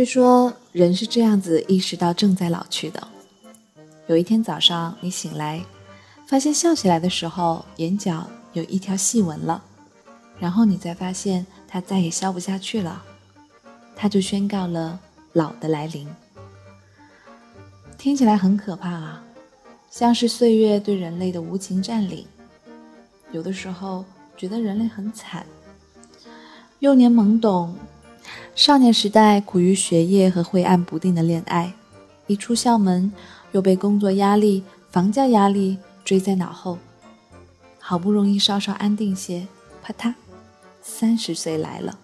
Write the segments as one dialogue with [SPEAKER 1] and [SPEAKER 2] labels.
[SPEAKER 1] 据说人是这样子意识到正在老去的。有一天早上你醒来，发现笑起来的时候眼角有一条细纹了，然后你再发现它再也笑不下去了，它就宣告了老的来临。听起来很可怕啊，像是岁月对人类的无情占领。有的时候觉得人类很惨，幼年懵懂，少年时代苦于学业和晦暗不定的恋爱，一出校门又被工作压力、房价压力追在脑后，好不容易稍稍安定些，啪嗒，30岁来了。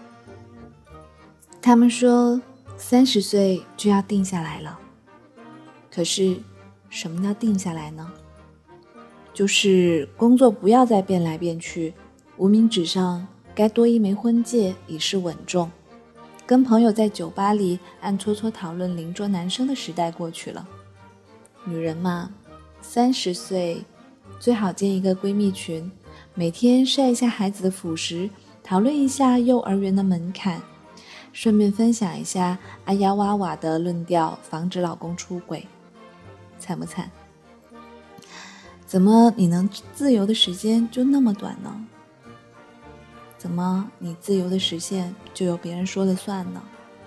[SPEAKER 1] 他们说30岁就要定下来了，可是什么叫定下来呢？就是工作不要再变来变去，无名指上该多一枚婚戒以示稳重，跟朋友在酒吧里暗搓搓讨论邻桌男生的时代过去了。女人嘛，30岁最好建一个闺蜜群，每天晒一下孩子的辅食，讨论一下幼儿园的门槛，顺便分享一下阿呀哇哇的论调，防止老公出轨。惨不惨？怎么你能自由的时间就那么短呢？怎么你自由的时限就由别人说了算呢？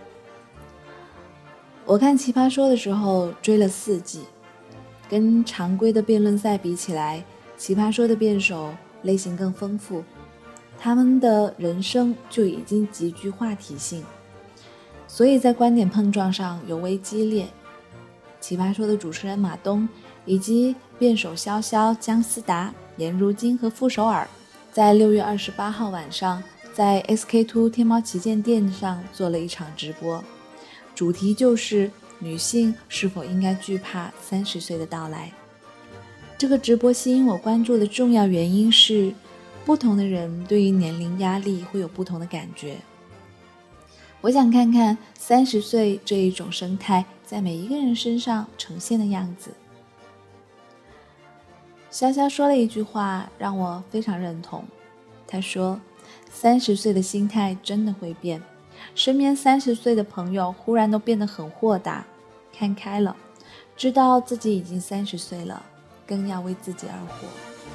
[SPEAKER 1] 我看奇葩说的时候追了4季，跟常规的辩论赛比起来，奇葩说的辩手类型更丰富，他们的人生就已经极具话题性，所以在观点碰撞上尤为激烈。奇葩说的主持人马东以及辩手潇潇、姜思达、颜如晶和傅首尔在6月28号晚上在 SK2 天猫旗舰店上做了一场直播，主题就是女性是否应该惧怕30岁的到来。这个直播吸引我关注的重要原因是，不同的人对于年龄压力会有不同的感觉。我想看看30岁这一种生态在每一个人身上呈现的样子。潇潇说了一句话让我非常认同，他说30岁的心态真的会变，身边30岁的朋友忽然都变得很豁达，看开了，知道自己已经30岁了，更要为自己而活。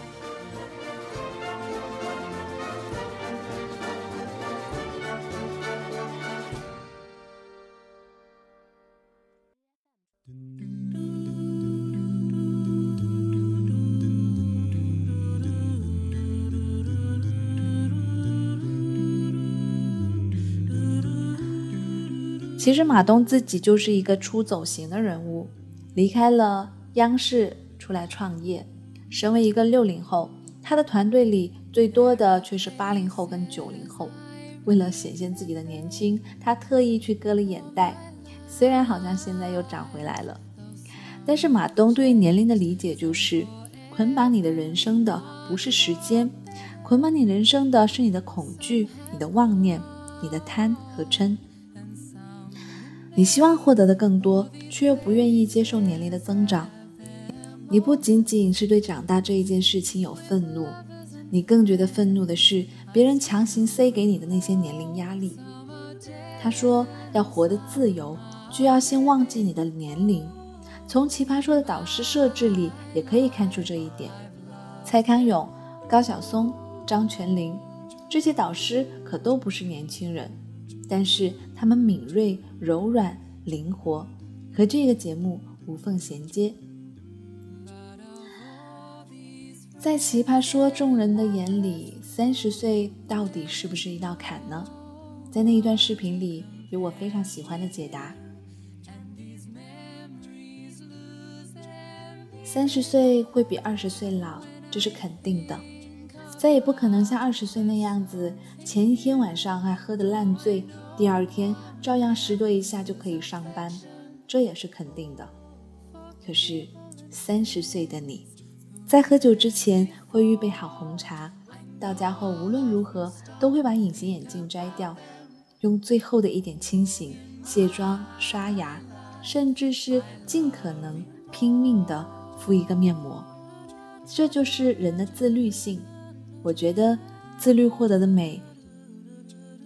[SPEAKER 1] 其实马东自己就是一个出走型的人物，离开了央视出来创业。身为一个60后，他的团队里最多的却是80后跟90后。为了显现自己的年轻，他特意去割了眼袋，虽然好像现在又长回来了。但是马东对于年龄的理解就是，捆绑你的人生的不是时间，捆绑你人生的是你的恐惧、你的妄念、你的贪和嗔。你希望获得的更多，却又不愿意接受年龄的增长。你不仅仅是对长大这一件事情有愤怒，你更觉得愤怒的是别人强行塞给你的那些年龄压力。他说要活得自由，就要先忘记你的年龄。从奇葩说的导师设置里也可以看出这一点。蔡康永、高晓松、张泉灵这些导师可都不是年轻人，但是他们敏锐、柔软、灵活，和这个节目无缝衔接。在奇葩说众人的眼里，30岁到底是不是一道坎呢？在那一段视频里有我非常喜欢的解答。30岁会比20岁老，这是肯定的，再也不可能像20岁那样子，前一天晚上还喝得烂醉，第二天照样10度以下就可以上班，这也是肯定的。可是30岁的你，在喝酒之前会预备好红茶，到家后无论如何都会把隐形眼镜摘掉，用最后的一点清醒卸妆刷牙，甚至是尽可能拼命地敷一个面膜。这就是人的自律性。我觉得自律获得的美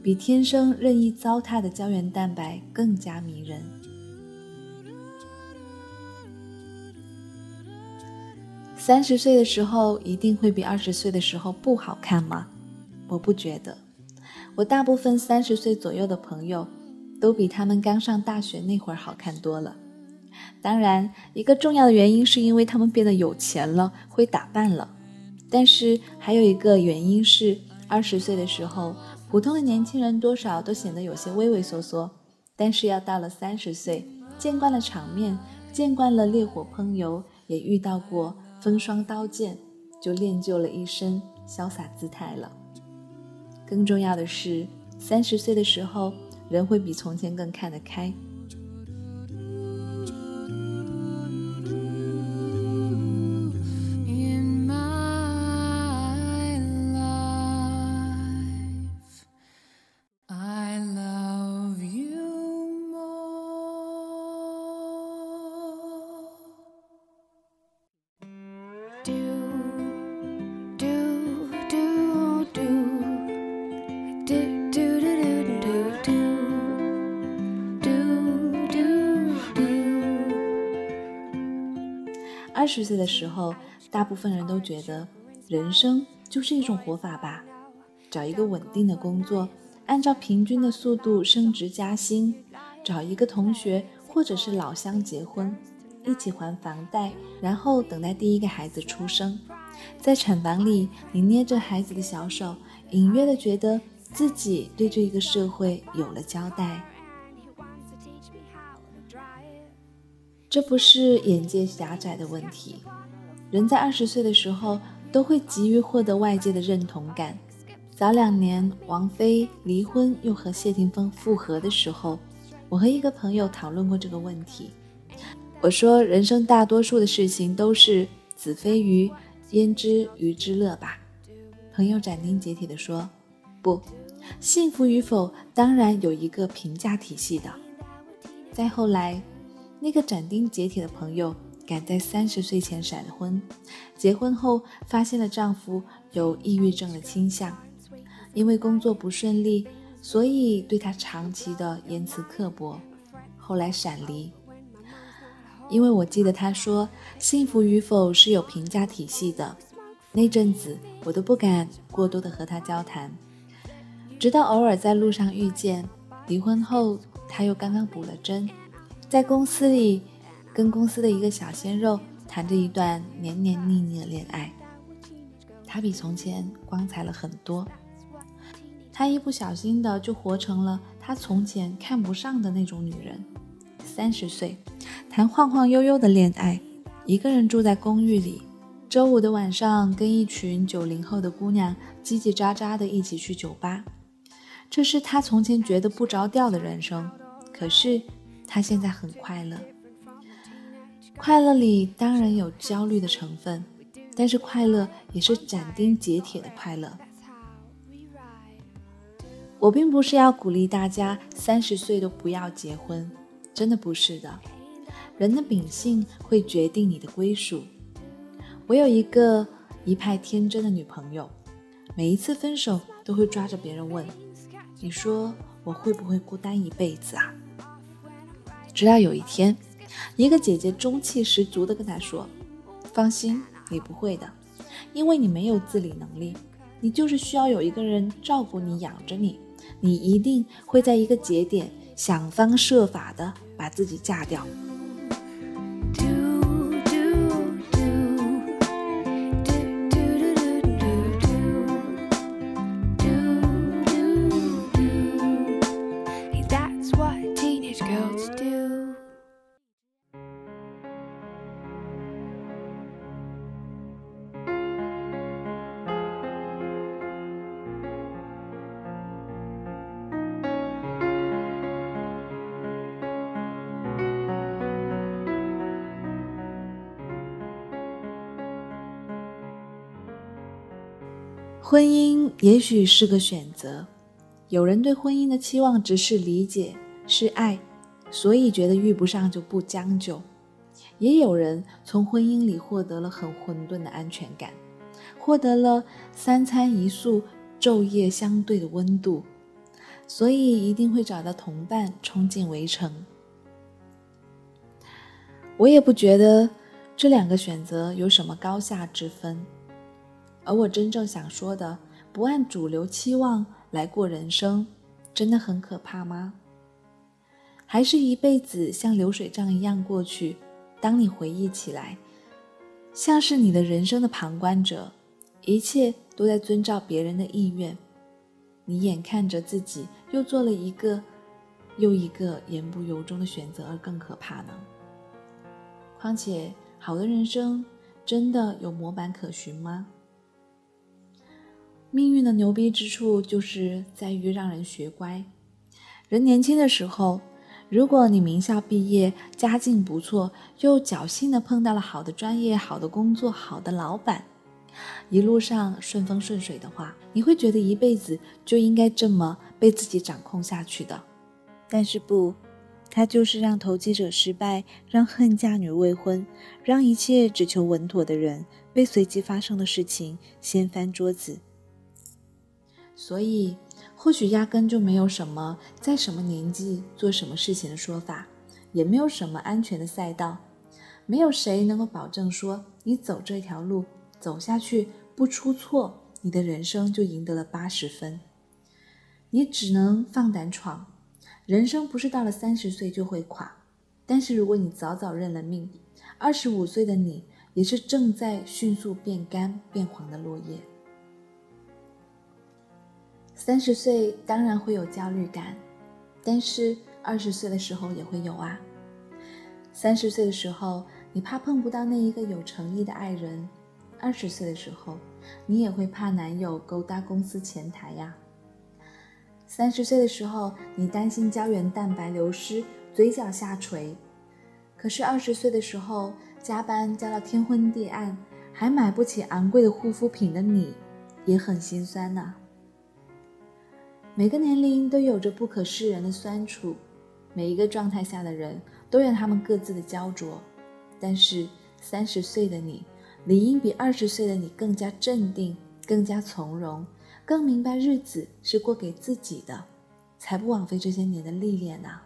[SPEAKER 1] 比天生任意糟蹋的胶原蛋白更加迷人。30岁的时候一定会比20岁的时候不好看吗？我不觉得。我大部分30岁左右的朋友都比他们刚上大学那会儿好看多了。当然，一个重要的原因是因为他们变得有钱了，会打扮了。但是还有一个原因是20岁的时候，普通的年轻人多少都显得有些畏畏缩缩，但是要到了30岁，见惯了场面，见惯了烈火烹油，也遇到过风霜刀剑，就练就了一身潇洒姿态了。更重要的是，30岁的时候，人会比从前更看得开。20岁的时候，大部分人都觉得人生就是一种活法吧，找一个稳定的工作，按照平均的速度升职加薪，找一个同学或者是老乡结婚，一起还房贷，然后等待第一个孩子出生。在产房里，你捏着孩子的小手，隐约地觉得自己对这一个社会有了交代。这不是眼界狭窄的问题，人在20岁的时候都会急于获得外界的认同感。早2年王菲离婚又和谢霆锋复合的时候，我和一个朋友讨论过这个问题。我说人生大多数的事情都是子非鱼焉知鱼之乐吧。朋友斩钉截铁地说，不，幸福与否当然有一个评价体系的。再后来，那个斩钉截铁的朋友赶在30岁前闪婚，结婚后发现了丈夫有抑郁症的倾向，因为工作不顺利，所以对她长期的言辞刻薄，后来闪离。因为我记得她说幸福与否是有评价体系的，那阵子我都不敢过多的和她交谈，直到偶尔在路上遇见。离婚后她又刚刚补了针，在公司里跟公司的一个小鲜肉谈着一段黏黏腻腻的恋爱。她比从前光彩了很多，她一不小心的就活成了她从前看不上的那种女人。30岁谈晃晃悠悠的恋爱，一个人住在公寓里，周五的晚上跟一群90后的姑娘叽叽喳喳的一起去酒吧。这是她从前觉得不着调的人生，可是她现在很快乐。快乐里当然有焦虑的成分，但是快乐也是斩钉截铁的快乐。我并不是要鼓励大家30岁都不要结婚，真的不是的。人的秉性会决定你的归属。我有一个一派天真的女朋友，每一次分手都会抓着别人问，你说我会不会孤单一辈子啊？直到有一天，一个姐姐中气十足地跟她说，放心，你不会的，因为你没有自理能力，你就是需要有一个人照顾你养着你，你一定会在一个节点想方设法地把自己嫁掉。婚姻也许是个选择，有人对婚姻的期望值是理解，是爱，所以觉得遇不上就不将就。也有人从婚姻里获得了很混沌的安全感，获得了3餐1宿昼夜相对的温度。 所以一定会找到同伴冲进围城。我也不觉得这两个选择有什么高下之分，而我真正想说的，不按主流期望来过人生，真的很可怕吗？还是一辈子像流水账一样过去，当你回忆起来，像是你的人生的旁观者，一切都在遵照别人的意愿，你眼看着自己又做了一个又一个言不由衷的选择，而更可怕呢？况且好的人生真的有模板可循吗？命运的牛逼之处就是在于让人学乖。人年轻的时候，如果你名校毕业，家境不错，又侥幸地碰到了好的专业、好的工作、好的老板，一路上顺风顺水的话，你会觉得一辈子就应该这么被自己掌控下去的。但是不，他就是让投机者失败，让恨嫁女未婚，让一切只求稳妥的人被随即发生的事情掀翻桌子。所以或许压根就没有什么在什么年纪做什么事情的说法，也没有什么安全的赛道，没有谁能够保证说你走这条路走下去不出错，你的人生就赢得了80分。你只能放胆闯，人生不是到了30岁就会垮，但是如果你早早认了命，25岁的你也是正在迅速变干变黄的落叶。30岁当然会有焦虑感，但是20岁的时候也会有啊。30岁的时候，你怕碰不到那一个有诚意的爱人，20岁的时候，你也会怕男友勾搭公司前台呀。30岁的时候，你担心胶原蛋白流失，嘴角下垂。可是20岁的时候，加班加到天昏地暗，还买不起昂贵的护肤品的你，也很心酸呐。每个年龄都有着不可示人的酸楚，每一个状态下的人都有他们各自的焦灼，但是30岁的你理应比20岁的你更加镇定，更加从容，更明白日子是过给自己的，才不枉费这些年的历练啊。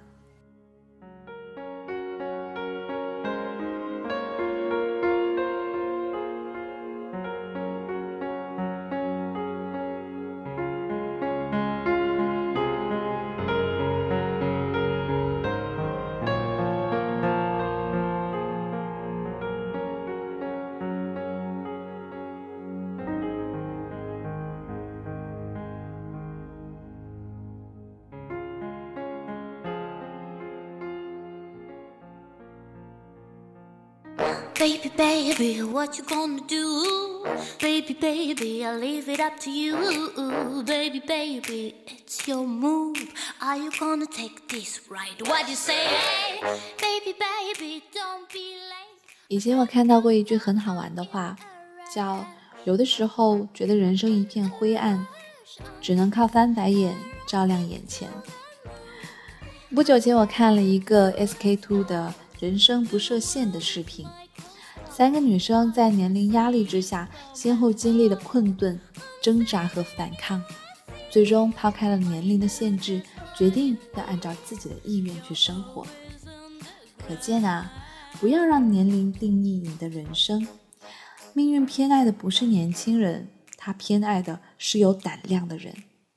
[SPEAKER 2] Baby, baby, what you gonna do? Baby, baby, I'll leave it up to you. Baby, baby, it's your move. Are you gonna take this right? What you say? Baby, baby, don't be late.
[SPEAKER 1] 以前我看到过一句很好玩的话，叫有的时候觉得人生一片灰暗，只能靠翻白眼照亮眼前。不久前我看了一个 SK2 的人生不设限的视频，3个女生在年龄压力之下先后经历了困顿、挣扎和反抗，最终抛开了年龄的限制，决定要按照自己的意愿去生活。可见啊，不要让年龄定义你的人生。命运偏爱的不是年轻人，它偏爱的是有胆量的人。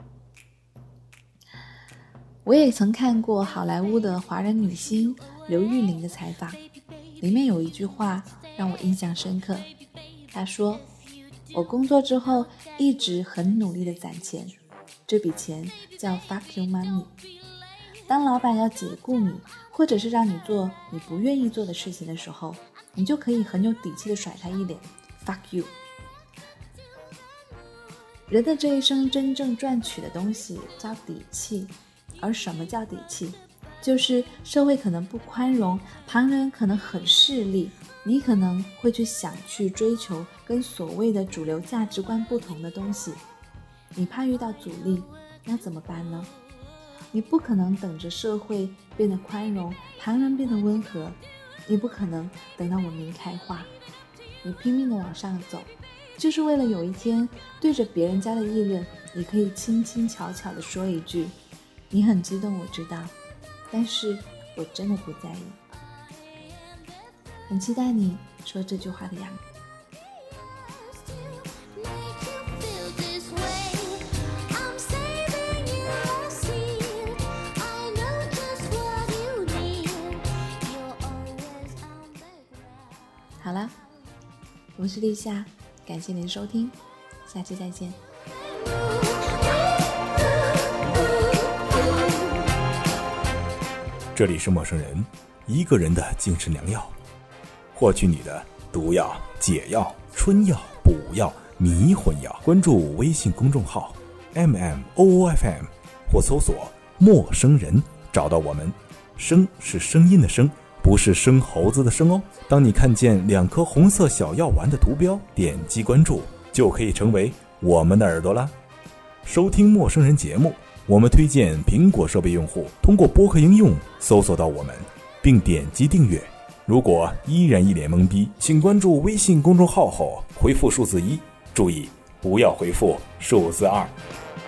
[SPEAKER 1] 我也曾看过好莱坞的华人女星刘玉玲的采访，里面有一句话让我印象深刻。她说，我工作之后一直很努力的攒钱，这笔钱叫 fuck you money。 当老板要解雇你，或者是让你做你不愿意做的事情的时候，你就可以很有底气的甩他一脸 fuck you。 人的这一生真正赚取的东西叫底气，而什么叫底气？就是社会可能不宽容，旁人可能很势利，你可能会想去追求跟所谓的主流价值观不同的东西，你怕遇到阻力，那怎么办呢？你不可能等着社会变得宽容，旁人变得温和，你不可能等到文明开化，你拼命的往上走，就是为了有一天对着别人家的议论，你可以轻轻巧巧的说一句你很激动，我知道，但是我真的不在意。很期待你说这句话的样子。好了，我是立夏，感谢您的收听，下期再见。
[SPEAKER 3] 这里是陌生人，一个人的精神良药，获取你的毒药、解药、春药、补药、迷魂药。关注微信公众号 MMOOFM 或搜索陌生人找到我们。声是声音的声，不是生猴子的生哦。当你看见2颗红色小药丸的图标，点击关注就可以成为我们的耳朵啦。收听陌生人节目，我们推荐苹果设备用户通过播客应用搜索到我们，并点击订阅。如果依然一脸懵逼，请关注微信公众号后回复数字1，注意不要回复数字2。